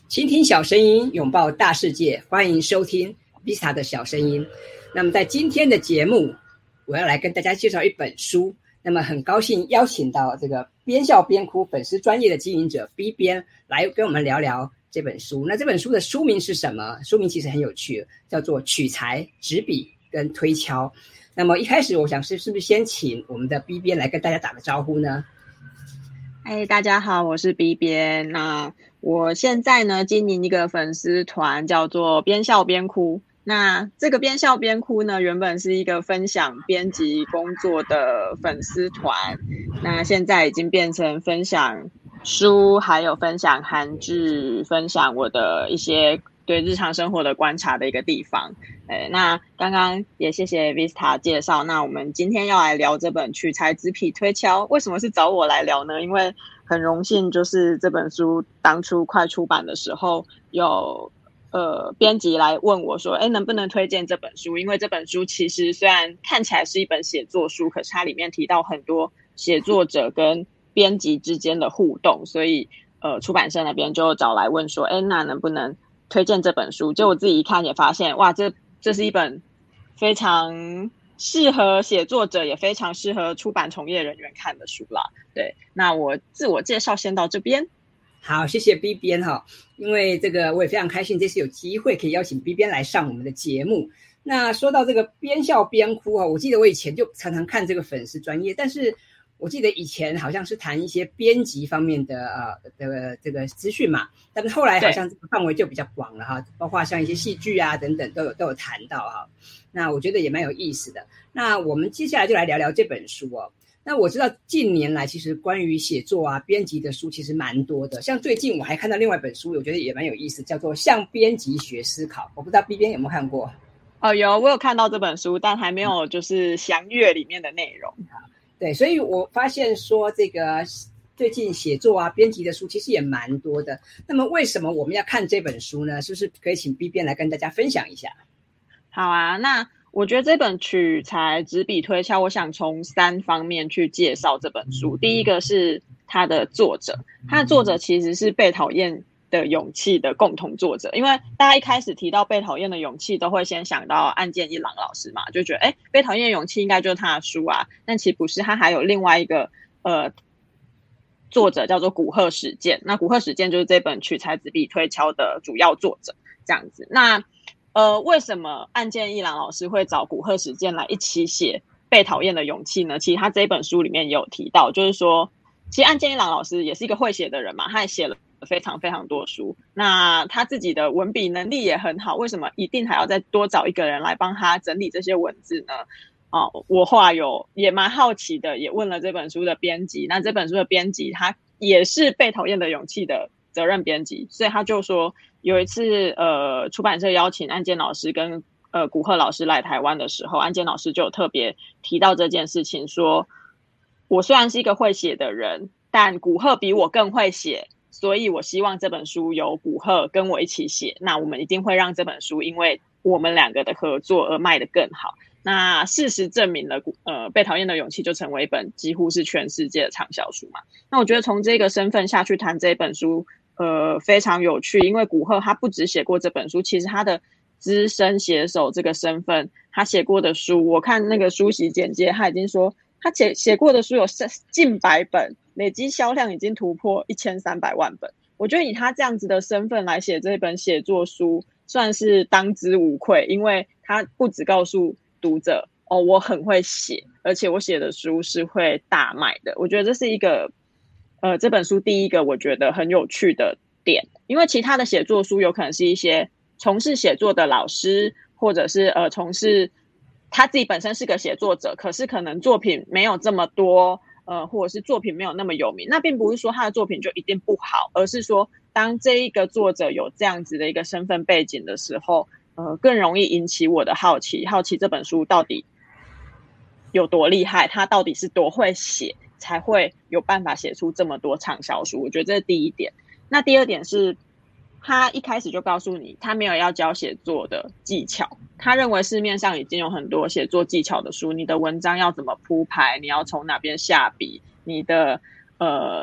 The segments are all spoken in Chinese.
倾听小声音，拥抱大世界，欢迎收听 Vista 的小声音。那么在今天的节目，我要来跟大家介绍一本书。那么很高兴邀请到这个边笑边哭粉丝专业的经营者 B 边来跟我们聊聊这本书。那这本书的书名是什么？书名其实很有趣，叫做《取材、执笔跟推敲》。那么一开始我想是不是先请我们的 B 边来跟大家打个招呼呢？ 大家好，我是 B 边。那我现在呢经营一个粉丝团，叫做边笑边哭。那这个边笑边哭呢，原本是一个分享编辑工作的粉丝团，那现在已经变成分享书，还有分享韩剧，分享我的一些对日常生活的观察的一个地方。那刚刚也谢谢 Vista 介绍，那我们今天要来聊这本取材执笔推敲。为什么是找我来聊呢？因为很荣幸，就是这本书当初快出版的时候，有编辑来问我说，能不能推荐这本书？因为这本书其实虽然看起来是一本写作书，可是它里面提到很多写作者跟编辑之间的互动，所以出版社那边就找来问说，那能不能推荐这本书？就我自己一看也发现，哇，这是一本非常适合写作者，也非常适合出版从业人员看的书啦。对，那我自我介绍先到这边。 好，谢谢 B 边哈，因为这个我也非常开心，这次有机会可以邀请 B 边来上我们的节目。那说到这个边笑边哭我记得我以前就常常看这个粉丝专页，但是我记得以前好像是谈一些编辑方面的这个资讯嘛，但是后来好像这个范围就比较广了哈，包括像一些戏剧啊等等都有谈到哈。那我觉得也蛮有意思的。那我们接下来就来聊聊这本书哦。那我知道近年来其实关于写作啊编辑的书其实蛮多的，像最近我还看到另外一本书，我觉得也蛮有意思，叫做《向编辑学思考》，我不知道 B 边有没有看过？ 有，我有看到这本书，但还没有就是详阅里面的内容。 对，所以我发现说这个最近写作啊编辑的书其实也蛮多的。那么为什么我们要看这本书呢？是不是可以请 B 边来跟大家分享一下？ 好啊，那我觉得这本取材执笔推敲，我想从3方面去介绍这本书。第一个是它的作者，它的作者其实是被讨厌的勇气的共同作者。因为大家一开始提到被讨厌的勇气，都会先想到岸见一郎老师嘛，就觉得被讨厌的勇气应该就是他的书啊。但其实不是，他还有另外一个作者叫做古贺史健。那古贺史健就是这本取材执笔推敲的主要作者，这样子。那为什么岸见一郎老师会找古贺史健来一起写被讨厌的勇气呢？其实他这本书里面也有提到，就是说其实岸见一郎老师也是一个会写的人嘛，他也写了非常非常多书，那他自己的文笔能力也很好，为什么一定还要再多找一个人来帮他整理这些文字呢？我后来也蛮好奇的，也问了这本书的编辑，那这本书的编辑他也是被讨厌的勇气的责任编辑，所以他就说有一次出版社邀请岸见老师跟古贺老师来台湾的时候，岸见老师就有特别提到这件事情，说我虽然是一个会写的人，但古贺比我更会写，所以我希望这本书由古贺跟我一起写，那我们一定会让这本书因为我们2个的合作而卖得更好。那事实证明了被讨厌的勇气就成为一本几乎是全世界的畅销书嘛。那我觉得从这个身份下去谈这本书非常有趣，因为古贺他不只写过这本书，其实他的资深写手这个身份，他写过的书，我看那个书籍简介，他已经说他写过的书有近100本，累积销量已经突破1300万本。我觉得以他这样子的身份来写这本写作书，算是当之无愧，因为他不只告诉读者我很会写，而且我写的书是会大卖的。我觉得这是一个这本书第一个我觉得很有趣的点，因为其他的写作书有可能是一些从事写作的老师，或者是从事他自己本身是个写作者，可是可能作品没有这么多或者是作品没有那么有名，那并不是说他的作品就一定不好，而是说当这一个作者有这样子的一个身份背景的时候更容易引起我的好奇这本书到底有多厉害，他到底是多会写才会有办法写出这么多畅销书。我觉得这是第一点。那第二点是他一开始就告诉你他没有要教写作的技巧，他认为市面上已经有很多写作技巧的书，你的文章要怎么铺排，你要从哪边下笔，你的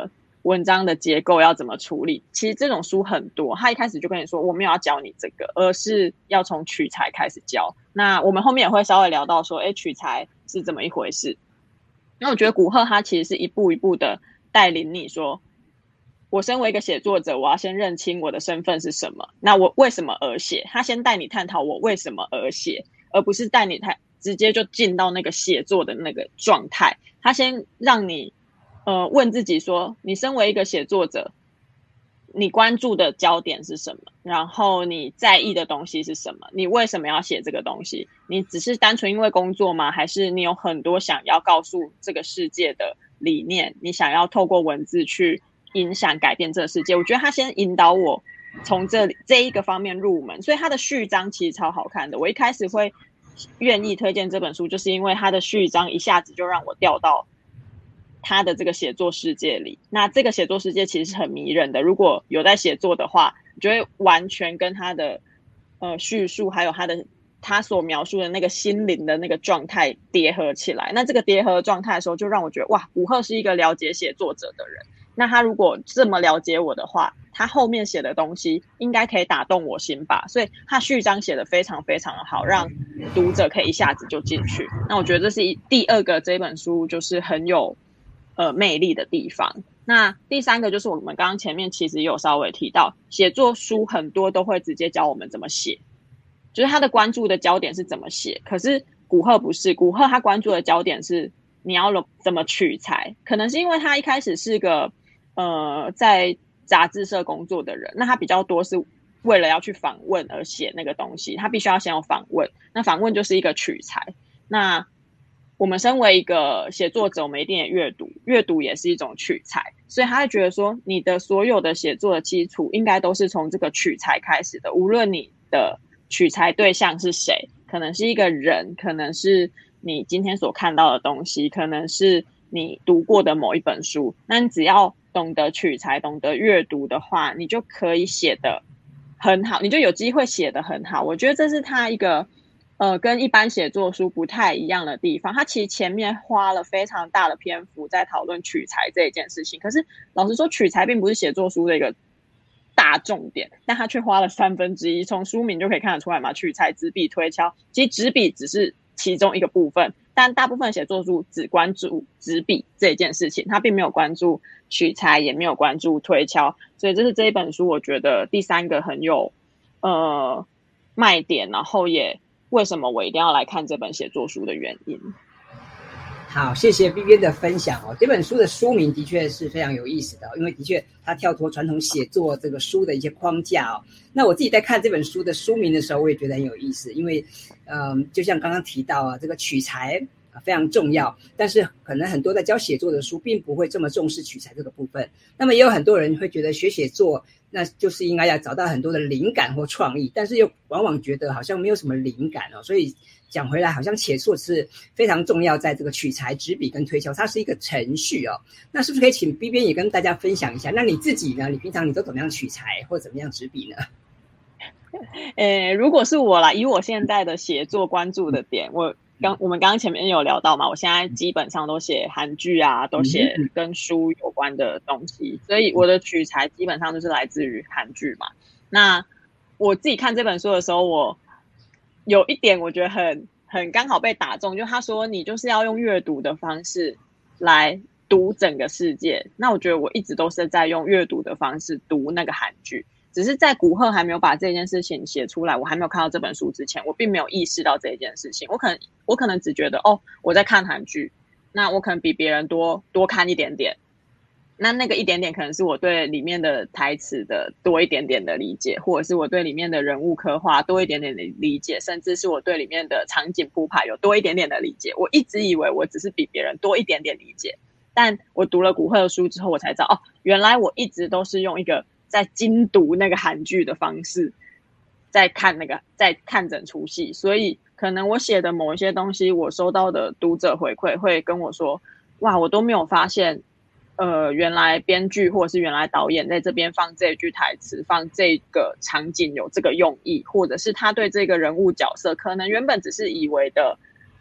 文章的结构要怎么处理。其实这种书很多，他一开始就跟你说我没有要教你这个，而是要从取材开始教。那我们后面也会稍微聊到说取材是怎么一回事。那我觉得古贺他其实是一步一步的带领你说，我身为一个写作者，我要先认清我的身份是什么，那我为什么而写，他先带你探讨我为什么而写，而不是带你直接就进到那个写作的那个状态。他先让你问自己说，你身为一个写作者，你关注的焦点是什么，然后你在意的东西是什么，你为什么要写这个东西，你只是单纯因为工作吗？还是你有很多想要告诉这个世界的理念，你想要透过文字去影响改变这个世界。我觉得他先引导我从这一个方面入门，所以他的序章其实超好看的。我一开始会愿意推荐这本书，就是因为他的序章一下子就让我掉到他的这个写作世界里。那这个写作世界其实是很迷人的，如果有在写作的话，你就会完全跟他的叙述还有他所描述的那个心灵的那个状态叠合起来。那这个叠合状态的时候，就让我觉得哇，古贺是一个了解写作者的人。那他如果这么了解我的话，他后面写的东西应该可以打动我心吧。所以他序章写得非常非常的好，让读者可以一下子就进去。那我觉得这是第二个这本书就是很有魅力的地方。那第三个就是我们刚刚前面其实有稍微提到，写作书很多都会直接教我们怎么写，就是他的关注的焦点是怎么写。可是古贺不是，古贺他关注的焦点是你要怎么取材。可能是因为他一开始是个在杂志社工作的人，那他比较多是为了要去访问而写那个东西，他必须要先有访问，那访问就是一个取材。那我们身为一个写作者，我们一定也阅读，阅读也是一种取材，所以他会觉得说，你的所有的写作的基础应该都是从这个取材开始的，无论你的取材对象是谁，可能是一个人，可能是你今天所看到的东西，可能是你读过的某一本书，那你只要懂得取材，懂得阅读的话，你就可以写得很好，你就有机会写得很好。我觉得这是他一个跟一般写作书不太一样的地方。他其实前面花了非常大的篇幅在讨论取材这一件事情，可是老实说，取材并不是写作书的一个大重点，但他却花了1/3，从书名就可以看得出来嘛，取材、执笔、推敲，其实执笔只是其中一个部分，但大部分写作书只关注执笔这一件事情，他并没有关注取材，也没有关注推敲。所以这是这一本书我觉得第三个很有卖点，然后也为什么我一定要来看这本写作书的原因。 好，谢谢 B 边的分享哦。这本书的书名的确是非常有意思的，因为的确它跳脱传统写作这个书的一些框架哦。那我自己在看这本书的书名的时候，我也觉得很有意思，因为就像刚刚提到啊，这个取材非常重要，但是可能很多在教写作的书并不会这么重视取材这个部分。那么也有很多人会觉得学写作那就是应该要找到很多的灵感或创意，但是又往往觉得好像没有什么灵感哦。所以讲回来，好像写作是非常重要，在这个取材、执笔跟推敲，它是一个程序哦。那是不是可以请 B 边也跟大家分享一下？那你自己呢？你平常你都怎么样取材或怎么样执笔呢？ 如果是我啦，以我现在的写作关注的点，我们刚刚前面有聊到嘛，我现在基本上都写韩剧啊，都写跟书有关的东西，所以我的取材基本上就是来自于韩剧嘛。那我自己看这本书的时候，我有一点我觉得很刚好被打中，就他说你就是要用阅读的方式来读整个世界。那我觉得我一直都是在用阅读的方式读那个韩剧，只是在古贺还没有把这件事情写出来，我还没有看到这本书之前，我并没有意识到这件事情。我可能只觉得我在看韩剧，那我可能比别人多看一点点，那个一点点可能是我对里面的台词的多一点点的理解，或者是我对里面的人物刻画多一点点的理解，甚至是我对里面的场景铺排有多一点点的理解。我一直以为我只是比别人多一点点理解，但我读了古贺的书之后，我才知道原来我一直都是用一个在精读那个韩剧的方式在看整出戏。所以可能我写的某一些东西，我收到的读者回馈会跟我说，哇，我都没有发现原来编剧或者是原来导演在这边放这句台词，放这个场景有这个用意，或者是他对这个人物角色可能原本只是以为的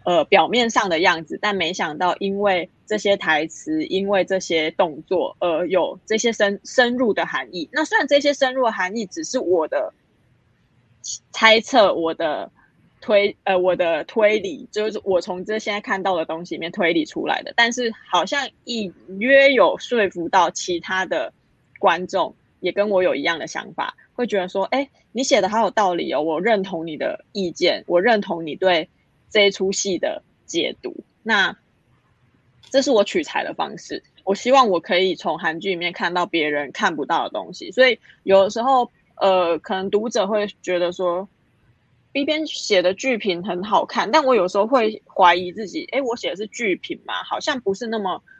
表面上的样子，但没想到因为这些台词，因为这些动作而有这些深入的含义。那虽然这些深入的含义只是我的猜测，我的推理，就是我从这现在看到的东西里面推理出来的，但是好像隐约有说服到其他的观众，也跟我有一样的想法，会觉得说，你写的好有道理哦，我认同你的意见，我认同你对这一出戏的解读。那这是我取材的方式，我希望我可以从韩剧里面看到别人看不到的东西。所以有的时候可能读者会觉得说B 边写的剧评很好看，但我有时候会怀疑自己，我写的是剧评嘛，好像不是那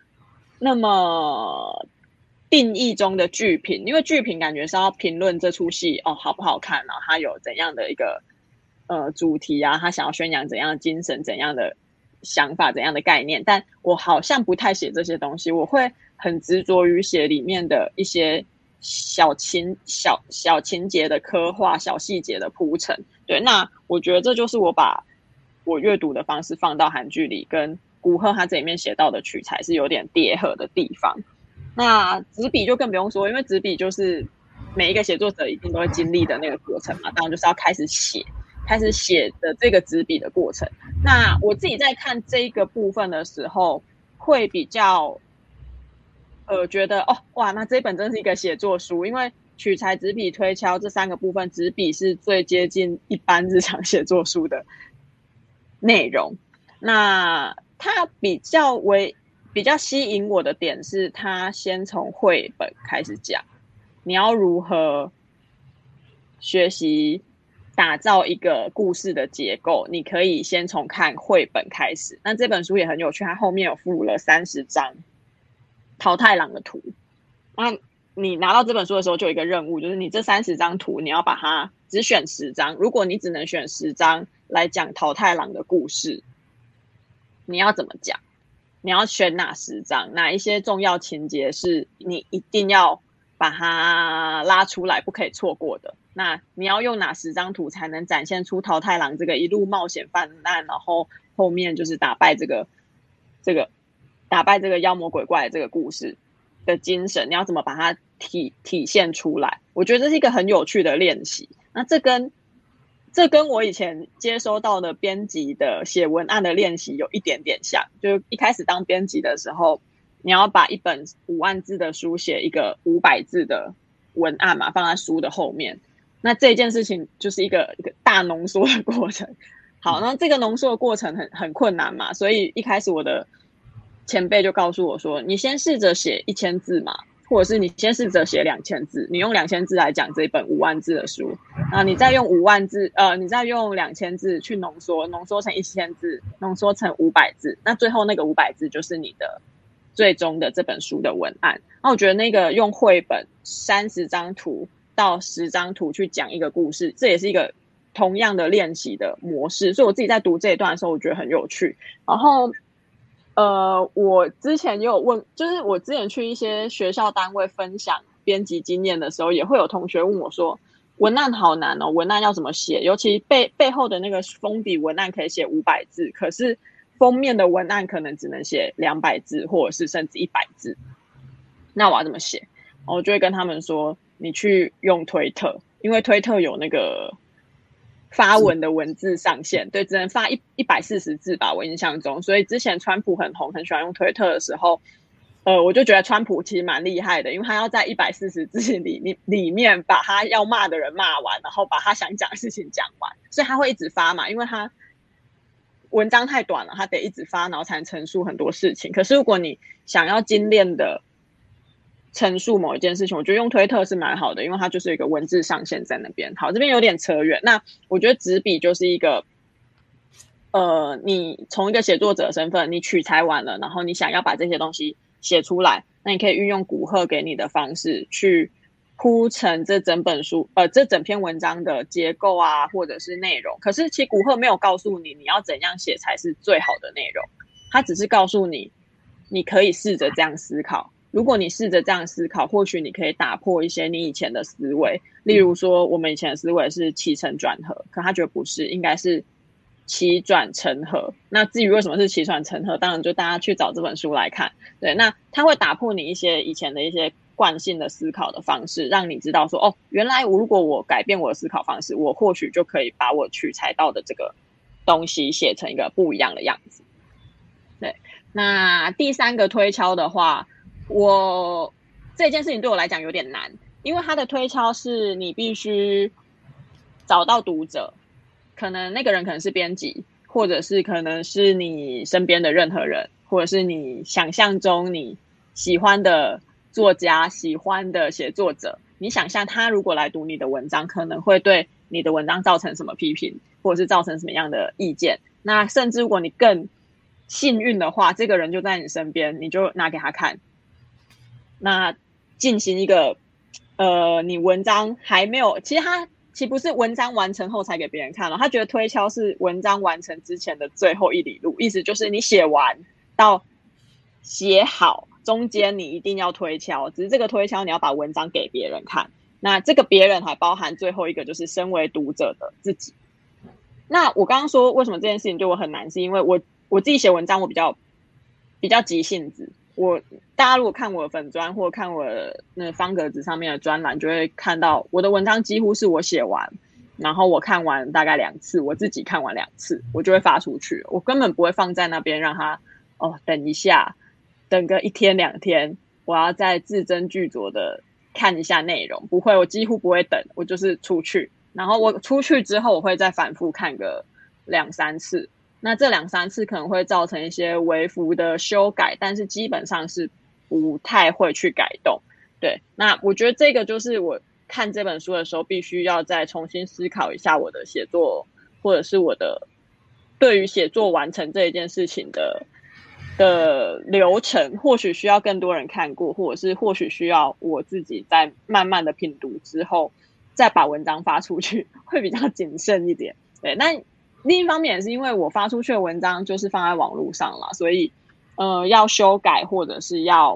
么定义中的剧评，因为剧评感觉是要评论这出戏好不好看啊，它有怎样的一个主题啊，他想要宣扬怎样的精神，怎样的想法，怎样的概念，但我好像不太写这些东西，我会很执着于写里面的一些小情节的刻画，小细节的铺陈。对，那我觉得这就是我把我阅读的方式放到韩剧里，跟古贺他这里面写到的取材是有点叠合的地方。那纸笔就更不用说，因为纸笔就是每一个写作者一定都会经历的那个过程嘛，当然就是要开始写的这个纸笔的过程。那我自己在看这个部分的时候，会比较觉得哇，那这本真是一个写作书，因为取材、纸笔、推敲这三个部分，纸笔是最接近一般日常写作书的内容。那它比较吸引我的点是，它先从绘本开始讲，你要如何学习打造一个故事的结构，你可以先从看绘本开始。那这本书也很有趣，它后面有附了30张桃太郎的图。那你拿到这本书的时候，就有一个任务，就是你这30张图，你要把它只选10张。如果你只能选10张来讲桃太郎的故事，你要怎么讲？你要选哪10张？哪一些重要情节是你一定要把它拉出来，不可以错过的？那你要用哪10张图才能展现出桃太郎这个一路冒险犯难，然后后面就是打败这个妖魔鬼怪的这个故事的精神？你要怎么把它体现出来？我觉得这是一个很有趣的练习。那这跟我以前接收到的编辑的写文案的练习有一点点像，就一开始当编辑的时候，你要把一本5万字的书写一个500字的文案嘛，放在书的后面。那这件事情就是一个大浓缩的过程。好，那这个浓缩的过程很困难嘛，所以一开始我的前辈就告诉我说，你先试着写1000字嘛，或者是你先试着写2000字，你用2000字来讲这本5万字的书，你再用5万字，你再用2000字去浓缩成1000字，浓缩成500字，那最后那个500字就是你的最终的这本书的文案。那我觉得那个用绘本30张图到10张图去讲一个故事，这也是一个同样的练习的模式，所以我自己在读这一段的时候，我觉得很有趣。然后我之前也有问，就是我之前去一些学校单位分享编辑经验的时候，也会有同学问我说，文案好难哦，文案要怎么写？尤其背后的那个封底文案可以写500字，可是封面的文案可能只能写200字，或者是甚至100字。那我要怎么写？我就会跟他们说，你去用推特，因为推特有那个发文的文字上限，对，只能发140字吧，我印象中。所以之前川普很红，很喜欢用推特的时候，我就觉得川普其实蛮厉害的，因为他要在140字里面把他要骂的人骂完，然后把他想讲的事情讲完，所以他会一直发嘛，因为他文章太短了，他得一直发，然后才能陈述很多事情。可是如果你想要精炼的陈述某一件事情，我觉得用推特是蛮好的，因为它就是一个文字上限在那边。好，这边有点扯远。那我觉得纸笔就是一个，你从一个写作者的身份，你取材完了，然后你想要把这些东西写出来，那你可以运用古贺给你的方式去铺陈这整本书，这整篇文章的结构啊，或者是内容。可是其实古贺没有告诉你要怎样写才是最好的内容，他只是告诉你，你可以试着这样思考。如果你试着这样思考，或许你可以打破一些你以前的思维。例如说，我们以前的思维是起承转合，可他觉得不是，应该是起转成合。那至于为什么是起转成合，当然就大家去找这本书来看。对，那它会打破你一些以前的一些惯性的思考的方式，让你知道说，哦，原来如果我改变我的思考方式，我或许就可以把我取材到的这个东西写成一个不一样的样子。对，那第三个推敲的话，这件事情对我来讲有点难，因为它的推敲是你必须找到读者，可能那个人可能是编辑，或者是可能是你身边的任何人，或者是你想象中你喜欢的作家、喜欢的写作者，你想象他如果来读你的文章，可能会对你的文章造成什么批评，或者是造成什么样的意见。那甚至如果你更幸运的话，这个人就在你身边，你就拿给他看，那进行一个你文章还没有，其实不是文章完成后才给别人看了，他觉得推敲是文章完成之前的最后一里路，意思就是你写完到写好中间你一定要推敲，只是这个推敲你要把文章给别人看，那这个别人还包含最后一个就是身为读者的自己。那我刚刚说为什么这件事情对我很难，是因为我自己写文章我比较急性子，大家如果看我的粉专或看我的那方格子上面的专栏，就会看到我的文章几乎是我写完，然后我看完大概2次，我自己看完2次，我就会发出去，我根本不会放在那边让他等一下，等个1天2天，我要再字斟句酌的看一下内容，不会，我几乎不会等，我就是出去，然后我出去之后我会再反复看个2-3次，那这2-3次可能会造成一些微幅的修改，但是基本上是不太会去改动。对，那我觉得这个就是我看这本书的时候必须要再重新思考一下我的写作，或者是我的对于写作完成这一件事情的流程，或许需要更多人看过，或者是或许需要我自己在慢慢的品读之后再把文章发出去，会比较谨慎一点。对，那另一方面也是因为我发出去的文章就是放在网络上啦，所以要修改或者是要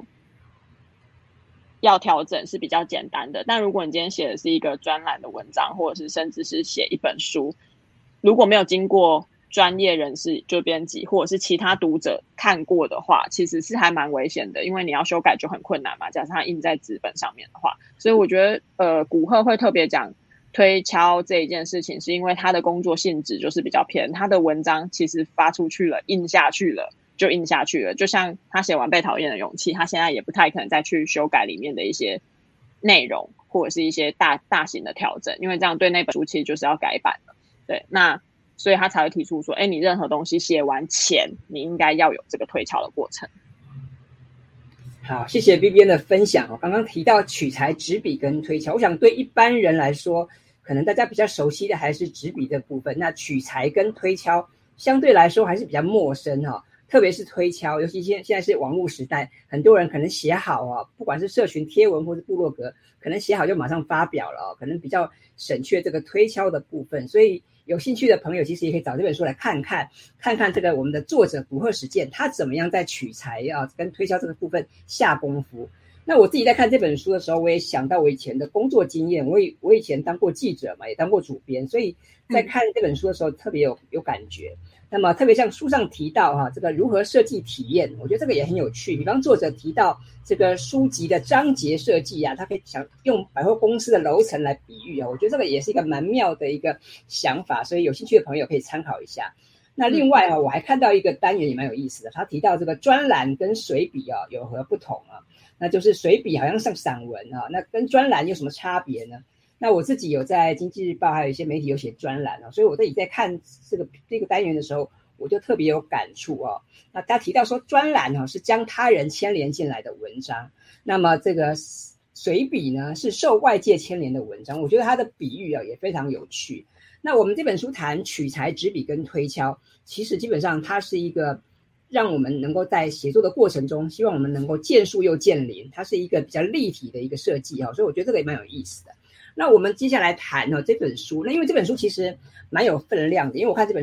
调整是比较简单的。但如果你今天写的是一个专栏的文章，或者是甚至是写一本书，如果没有经过专业人士就编辑或者是其他读者看过的话，其实是还蛮危险的，因为你要修改就很困难嘛，加上它印在纸本上面的话。所以我觉得古贺会特别讲推敲这一件事情，是因为他的工作性质就是比较偏，他的文章其实发出去了，印下去了就印下去了，就像他写完《被讨厌的勇气》，他现在也不太可能再去修改里面的一些内容或者是一些大型的调整，因为这样对那本书其实就是要改版了。对，那所以他才会提出说，你任何东西写完前你应该要有这个推敲的过程。 好，谢谢 B 编的分享。刚刚提到取材纸笔跟推敲，我想对一般人来说，可能大家比较熟悉的还是纸笔的部分，那取材跟推敲相对来说还是比较陌生特别是推敲，尤其现在是网络时代，很多人可能写好不管是社群贴文或是部落格，可能写好就马上发表了可能比较省却这个推敲的部分。所以有兴趣的朋友其实也可以找这本书来看看这个我们的作者古贺实践他怎么样在取材跟推敲这个部分下功夫。那我自己在看这本书的时候，我也想到我以前的工作经验，我以前当过记者嘛，也当过主编，所以在看这本书的时候特别有感觉。那么特别像书上提到这个如何设计体验，我觉得这个也很有趣。比方作者提到这个书籍的章节设计他可以想用百货公司的楼层来比喻我觉得这个也是一个蛮妙的一个想法，所以有兴趣的朋友可以参考一下。那另外我还看到一个单元也蛮有意思的，他提到这个专栏跟随笔有何不同那就是随笔好像像散文那跟专栏有什么差别呢？那我自己有在经济日报还有一些媒体有写专栏所以我自己在看这个单元的时候，我就特别有感触那他提到说专栏是将他人牵连进来的文章，那么这个随笔呢是受外界牵连的文章。我觉得他的比喻也非常有趣。那我们这本书谈取材纸笔跟推敲，其实基本上它是一个让我们能够在写作的过程中，希望我们能够见树又见林，它是一个比较立体的一个设计所以我觉得这个也蛮有意思的。那我们接下来谈这本书，那因为这本书其实蛮有分量的，因为我看这本书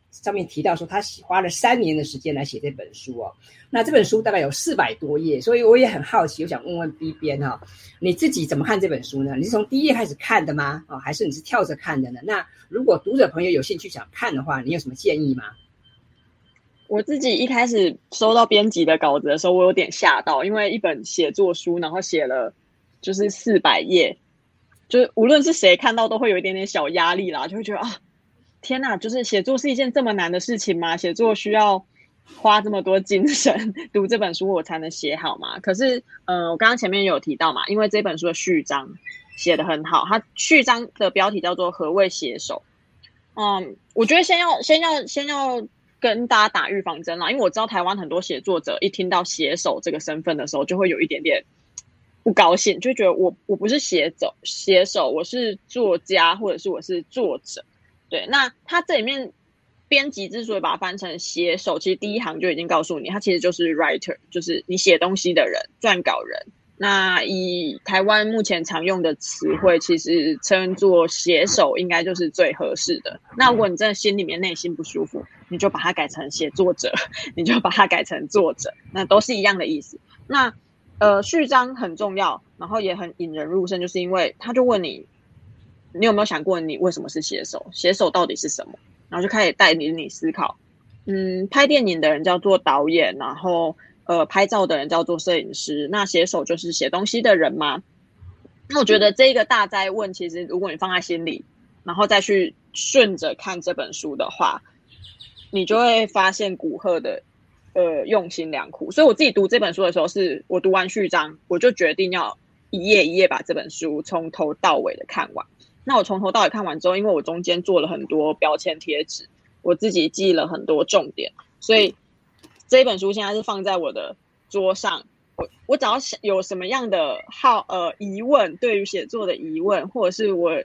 上面提到说他花了3年的时间来写这本书哦。那这本书大概有400多页，所以我也很好奇，我想问问 B 编哈，你自己怎么看这本书呢？你是从第一页开始看的吗？还是你是跳着看的呢？那如果读者朋友有兴趣想看的话，你有什么建议吗？ 我自己一开始收到编辑的稿子的时候，我有点吓到，因为一本写作书，然后写了就是400页，就是无论是谁看到都会有一点点小压力啦，就会觉得啊，天哪，就是写作是一件这么难的事情吗？写作需要花这么多精神读这本书我才能写好吗？可是我刚刚前面有提到嘛，因为这本书的序章写得很好，它序章的标题叫做何谓写手。我觉得先要跟大家打预防针啦，因为我知道台湾很多写作者一听到写手这个身份的时候，就会有一点点不高兴，就觉得我不是写手，我是作家，或者是我是作者。对，那他这里面编辑之所以把它翻成写手，其实第一行就已经告诉你，他其实就是 writer， 就是你写东西的人，撰稿人。那以台湾目前常用的词汇，其实称作写手应该就是最合适的。那如果你真的心里面内心不舒服，你就把它改成写作者，你就把它改成作者，那都是一样的意思。那序章很重要，然后也很引人入胜，就是因为他就问你，你有没有想过你为什么是写手？写手到底是什么？然后就开始带领你思考。拍电影的人叫做导演，然后拍照的人叫做摄影师，那写手就是写东西的人吗？那我觉得这一个大哉问，其实如果你放在心里，然后再去顺着看这本书的话，你就会发现古贺的用心良苦。所以我自己读这本书的时候，是我读完序章，我就决定要一页一页把这本书从头到尾的看完。那我从头到尾看完之后，因为我中间做了很多标签贴纸，我自己记了很多重点，所以这一本书现在是放在我的桌上。我只要有什么样的疑问，对于写作的疑问，或者是我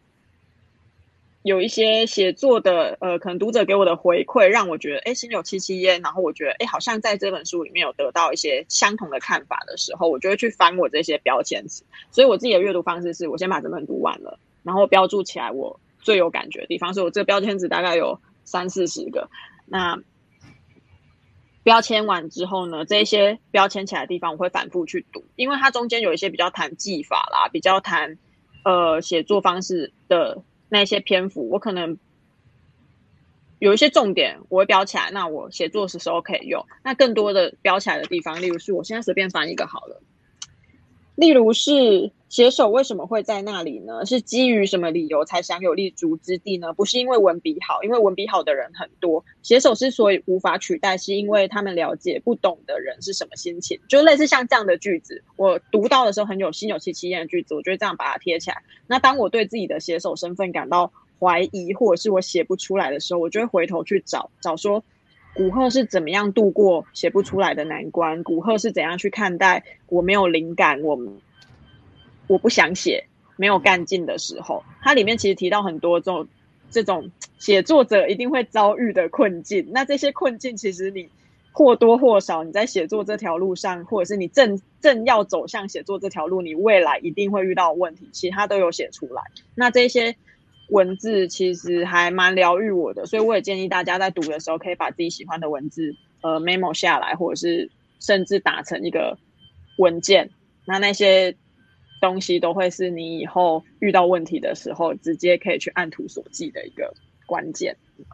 有一些写作的可能读者给我的回馈，让我觉得心有戚戚焉，然后我觉得好像在这本书里面有得到一些相同的看法的时候，我就会去翻我这些标签词。所以我自己的阅读方式是我先把这本读完了，然后标注起来我最有感觉的地方，所以我这个标签词大概有30-40个。那标签完之后呢，这些标签起来的地方我会反复去读，因为它中间有一些比较谈技法啦，比较谈写作方式的那些篇幅，我可能有一些重点我会标起来，那我写作的时候可以用。那更多的标起来的地方，例如是我现在随便翻一个好了，例如是写手为什么会在那里呢？是基于什么理由才享有立足之地呢？不是因为文笔好，因为文笔好的人很多。写手之所以无法取代，是因为他们了解不懂的人是什么心情。就类似像这样的句子，我读到的时候很有心有戚戚焉的句子，我就会这样把它贴起来。那当我对自己的写手身份感到怀疑，或者是我写不出来的时候，我就会回头去找说古贺是怎么样度过写不出来的难关，古贺是怎样去看待我没有灵感，我不想写，没有干劲的时候。它里面其实提到很多这种写作者一定会遭遇的困境。那这些困境其实你或多或少你在写作这条路上，或者是你正要走向写作这条路，你未来一定会遇到的问题，其实它都有写出来。那这些文字其实还蛮疗愈我的，所以我也建议大家在读的时候可以把自己喜欢的文字memo 下来，或者是甚至打成一个文件。那些东西都会是你以后遇到问题的时候直接可以去按图索骥的一个关键。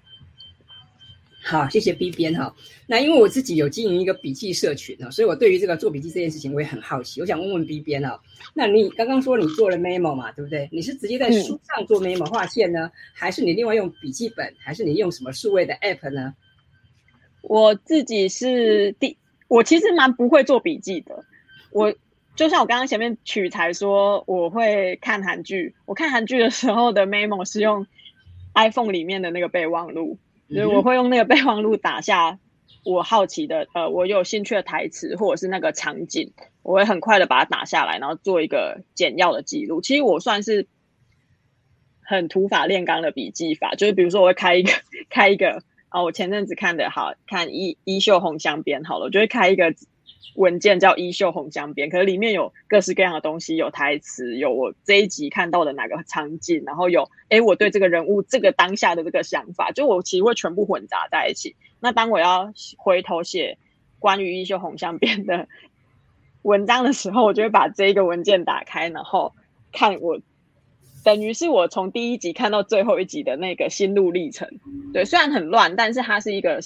好，谢谢 B 编哈。那因为我自己有经营一个笔记社群，所以我对于这个做笔记这件事情我也很好奇。我想问问 B 编哈，那你刚刚说你做了 memo 嘛，对不对？你是直接在书上做 memo 划线呢，还是你另外用笔记本，还是你用什么数位的 app 呢？ 我自己我其实蛮不会做笔记的。我就像我刚刚前面取材说我会看韩剧，我看韩剧的时候的 memo 是用 iPhone 里面的那个备忘录，就是我会用那个备忘录打下我好奇的我有兴趣的台词或者是那个场景，我会很快的把它打下来，然后做一个简要的记录。其实我算是很土法炼钢的笔记法，就是比如说我会开一个我前阵子看的好看衣袖红香边好了，我就会开一个文件叫衣袖红香边，可是里面有各式各样的东西，有台词，有我这一集看到的哪个场景，然后有我对这个人物这个当下的这个想法，就我其实会全部混杂在一起。那当我要回头写关于衣袖红香边的文章的时候，我就会把这个文件打开，然后看我等于是我从第一集看到最后一集的那个心路历程。对，虽然很乱，但是它是一个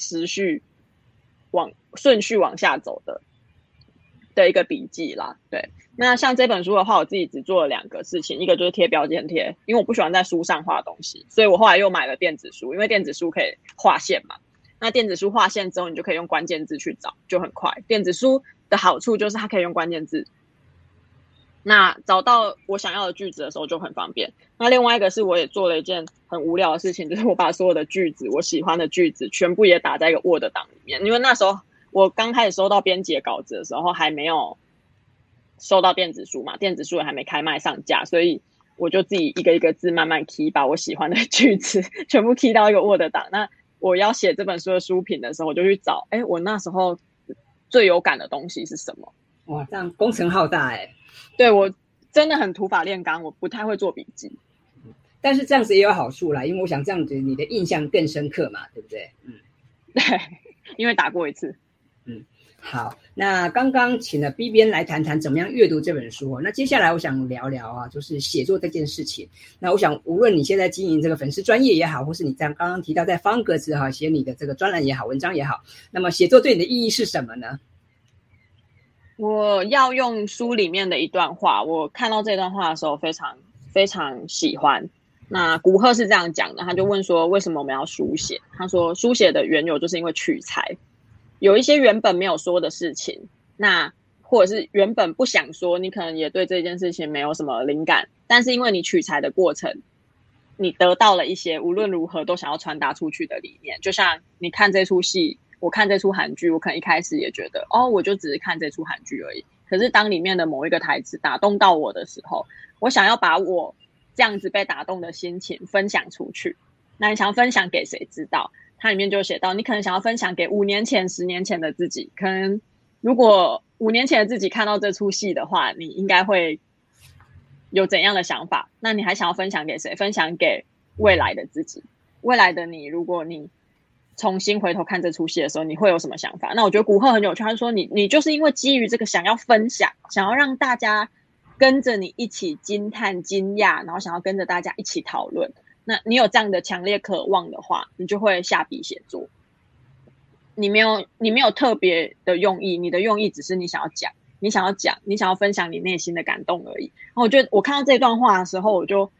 顺序往下走的一个笔记啦。对，那像这本书的话，我自己只做了2个事情，一个就是贴标签贴，因为我不喜欢在书上画东西，所以我后来又买了电子书，因为电子书可以画线嘛。那电子书画线之后，你就可以用关键字去找，就很快。电子书的好处就是它可以用关键字，那找到我想要的句子的时候就很方便。那另外一个是我也做了一件很无聊的事情，就是我把所有的句子，我喜欢的句子全部也打在一个 Word 档里面，因为那时候我刚开始收到编辑稿子的时候还没有收到电子书嘛，电子书也还没开卖上架，所以我就自己一个一个字慢慢 key， 把我喜欢的句子全部 key 到一个 Word 档。那我要写这本书的书评的时候，我就去找我那时候最有感的东西是什么。 哇，这样工程浩大对，我真的很土法炼钢，我不太会做笔记。 但是这样子也有好处啦，因为我想这样子你的印象更深刻嘛，对不对？ 对，因为打过一次。 好，那刚刚请了 B 编来谈谈怎么样阅读这本书那接下来我想聊聊啊，就是写作这件事情。那我想无论你现在经营这个粉丝专页也好，或是你在刚刚提到在方格子写你的这个专栏也好，文章也好，那么写作对你的意义是什么呢？ 我要用书里面的一段话，我看到这段话的时候非常非常喜欢。那古贺是这样讲的，他就问说为什么我们要书写，他说书写的缘由就是因为取材，有一些原本没有说的事情，那或者是原本不想说，你可能也对这件事情没有什么灵感，但是因为你取材的过程，你得到了一些无论如何都想要传达出去的理念。就像你看这出戏，我看这出韩剧，我可能一开始也觉得我就只是看这出韩剧而已，可是当里面的某一个台词打动到我的时候，我想要把我这样子被打动的心情分享出去。那你想要分享给谁知道？它里面就写到，你可能想要分享给5年前、10年前的自己。可能如果5年前的自己看到这出戏的话，你应该会有怎样的想法？那你还想要分享给谁？分享给未来的自己。未来的你，如果你重新回头看这出戏的时候，你会有什么想法？那我觉得古贺很有趣，他说你就是因为基于这个想要分享，想要让大家跟着你一起惊叹惊讶，然后想要跟着大家一起讨论，那你有这样的强烈渴望的话，你就会下笔写作。你没有特别的用意，你的用意只是你想要分享你内心的感动而已。然后我觉得我看到这段话的时候，我就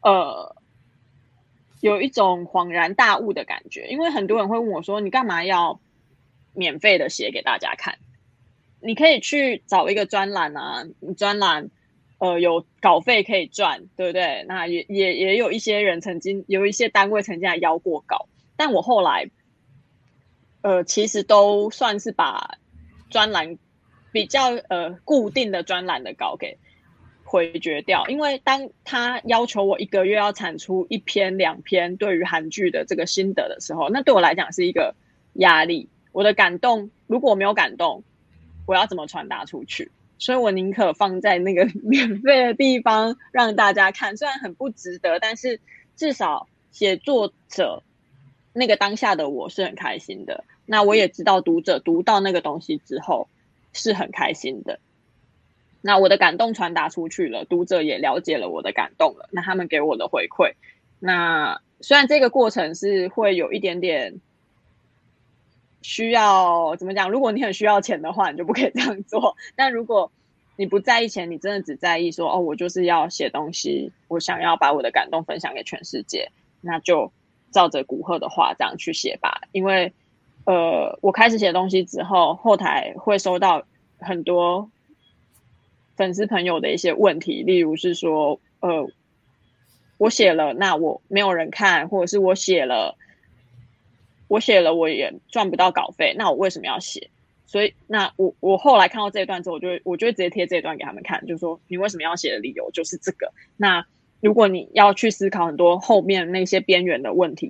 有一种恍然大悟的感觉，因为很多人会问我说，你干嘛要免费的写给大家看？你可以去找一个专栏啊，专栏有稿费可以赚，对不对？那也有一些人有一些单位曾经来邀过稿，但我后来其实都算是把专栏比较固定的专栏的稿给回绝掉，因为当他要求我1个月要产出1篇2篇对于韩剧的这个心得的时候，那对我来讲是一个压力。我的感动如果我没有感动，我要怎么传达出去？所以我宁可放在那个免费的地方让大家看，虽然很不值得，但是至少写作者那个当下的我是很开心的。那我也知道读者读到那个东西之后是很开心的，那我的感动传达出去了，读者也了解了我的感动了，那他们给我的回馈，那虽然这个过程是会有一点点需要怎么讲，如果你很需要钱的话，你就不可以这样做，但如果你不在意钱，你真的只在意说我就是要写东西，我想要把我的感动分享给全世界，那就照着古贺的话这样去写吧。因为我开始写东西之后，后台会收到很多粉丝朋友的一些问题，例如是说我写了那我没有人看，或者是我写了我也赚不到稿费，那我为什么要写？所以那我后来看到这一段之后，我就会直接贴这一段给他们看，就是说你为什么要写的理由就是这个。那如果你要去思考很多后面那些边缘的问题，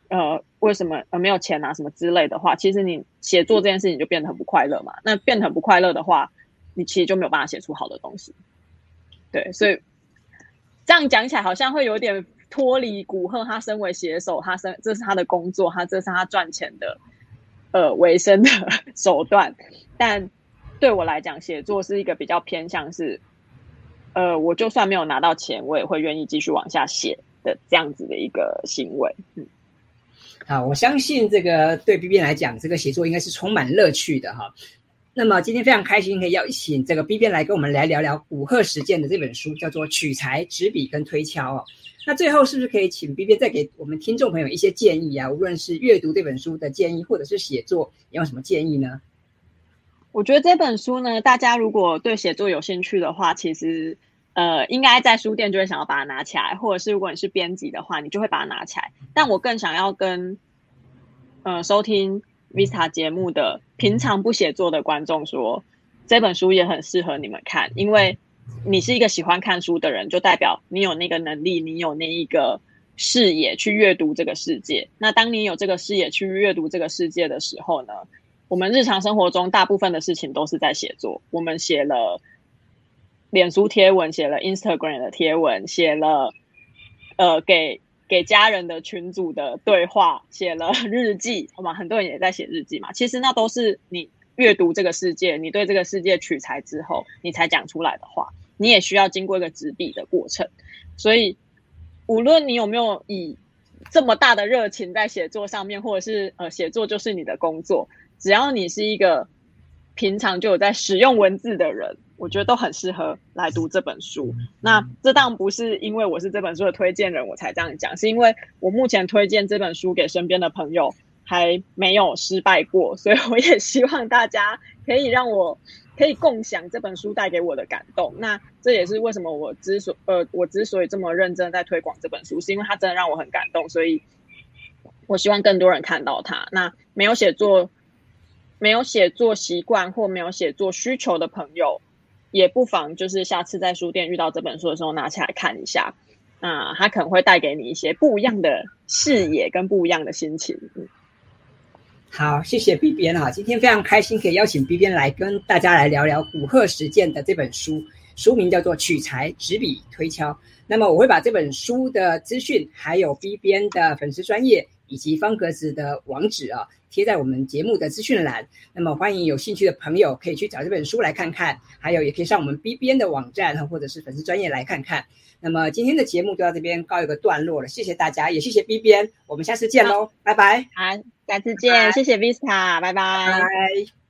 为什么没有钱啊什么之类的话，其实你写作这件事情就变得很不快乐嘛。那变得很不快乐的话，你其实就没有办法写出好的东西。对，所以这样讲起来好像会有点脱离古贺，他身为写手，这是他的工作，这是他赚钱的维生的手段。但对我来讲，写作是一个比较偏向是我就算没有拿到钱，我也会愿意继续往下写的这样子的一个行为。 好，我相信这个对 B 编来讲，这个写作应该是充满乐趣的哈。那么今天非常开心可以邀请这个 B 编来跟我们来聊聊古贺实践的这本书，叫做《取材、执笔跟推敲》哦。那最后是不是可以请 B 编再给我们听众朋友一些建议啊？无论是阅读这本书的建议，或者是写作，有什么建议呢？ 我觉得这本书呢，大家如果对写作有兴趣的话，其实应该在书店就会想要把它拿起来，或者是如果你是编辑的话，你就会把它拿起来。但我更想要跟收听 Vista 节目的平常不写作的观众说，这本书也很适合你们看，因为你是一个喜欢看书的人，就代表你有那个能力，你有那一个视野去阅读这个世界。那当你有这个视野去阅读这个世界的时候呢，我们日常生活中大部分的事情都是在写作。我们写了脸书贴文，写了 Instagram 的贴文，写了给家人的群组的对话，写了日记，好吗？很多人也在写日记嘛。其实那都是你阅读这个世界，你对这个世界取材之后，你才讲出来的话。你也需要经过一个执笔的过程。所以无论你有没有以这么大的热情在写作上面，或者是写作就是你的工作，只要你是一个平常就有在使用文字的人，我觉得都很适合来读这本书。那这当然不是因为我是这本书的推荐人我才这样讲，是因为我目前推荐这本书给身边的朋友还没有失败过，所以我也希望大家可以让我可以共享这本书带给我的感动。那这也是为什么我之所以这么认真在推广这本书，是因为它真的让我很感动，所以我希望更多人看到它。那没有写作习惯或没有写作需求的朋友，也不妨就是下次在书店遇到这本书的时候拿起来看一下。它可能会带给你一些不一样的视野跟不一样的心情。 好，谢谢 B 编哈，今天非常开心可以邀请 B 编来跟大家来聊聊古贺实践的这本书，书名叫做《取材、执笔、推敲》。那么我会把这本书的资讯，还有 B 编的粉丝专页以及方格子的网址啊，贴在我们节目的资讯栏。那么欢迎有兴趣的朋友可以去找这本书来看看，还有也可以上我们 B 编的网站或者是粉丝专页来看看。那么今天的节目就到这边告一个段落了，谢谢大家，也谢谢 B 编，我们下次见喽，拜拜。 好，下次见，谢谢 Vista， 拜拜。 拜拜。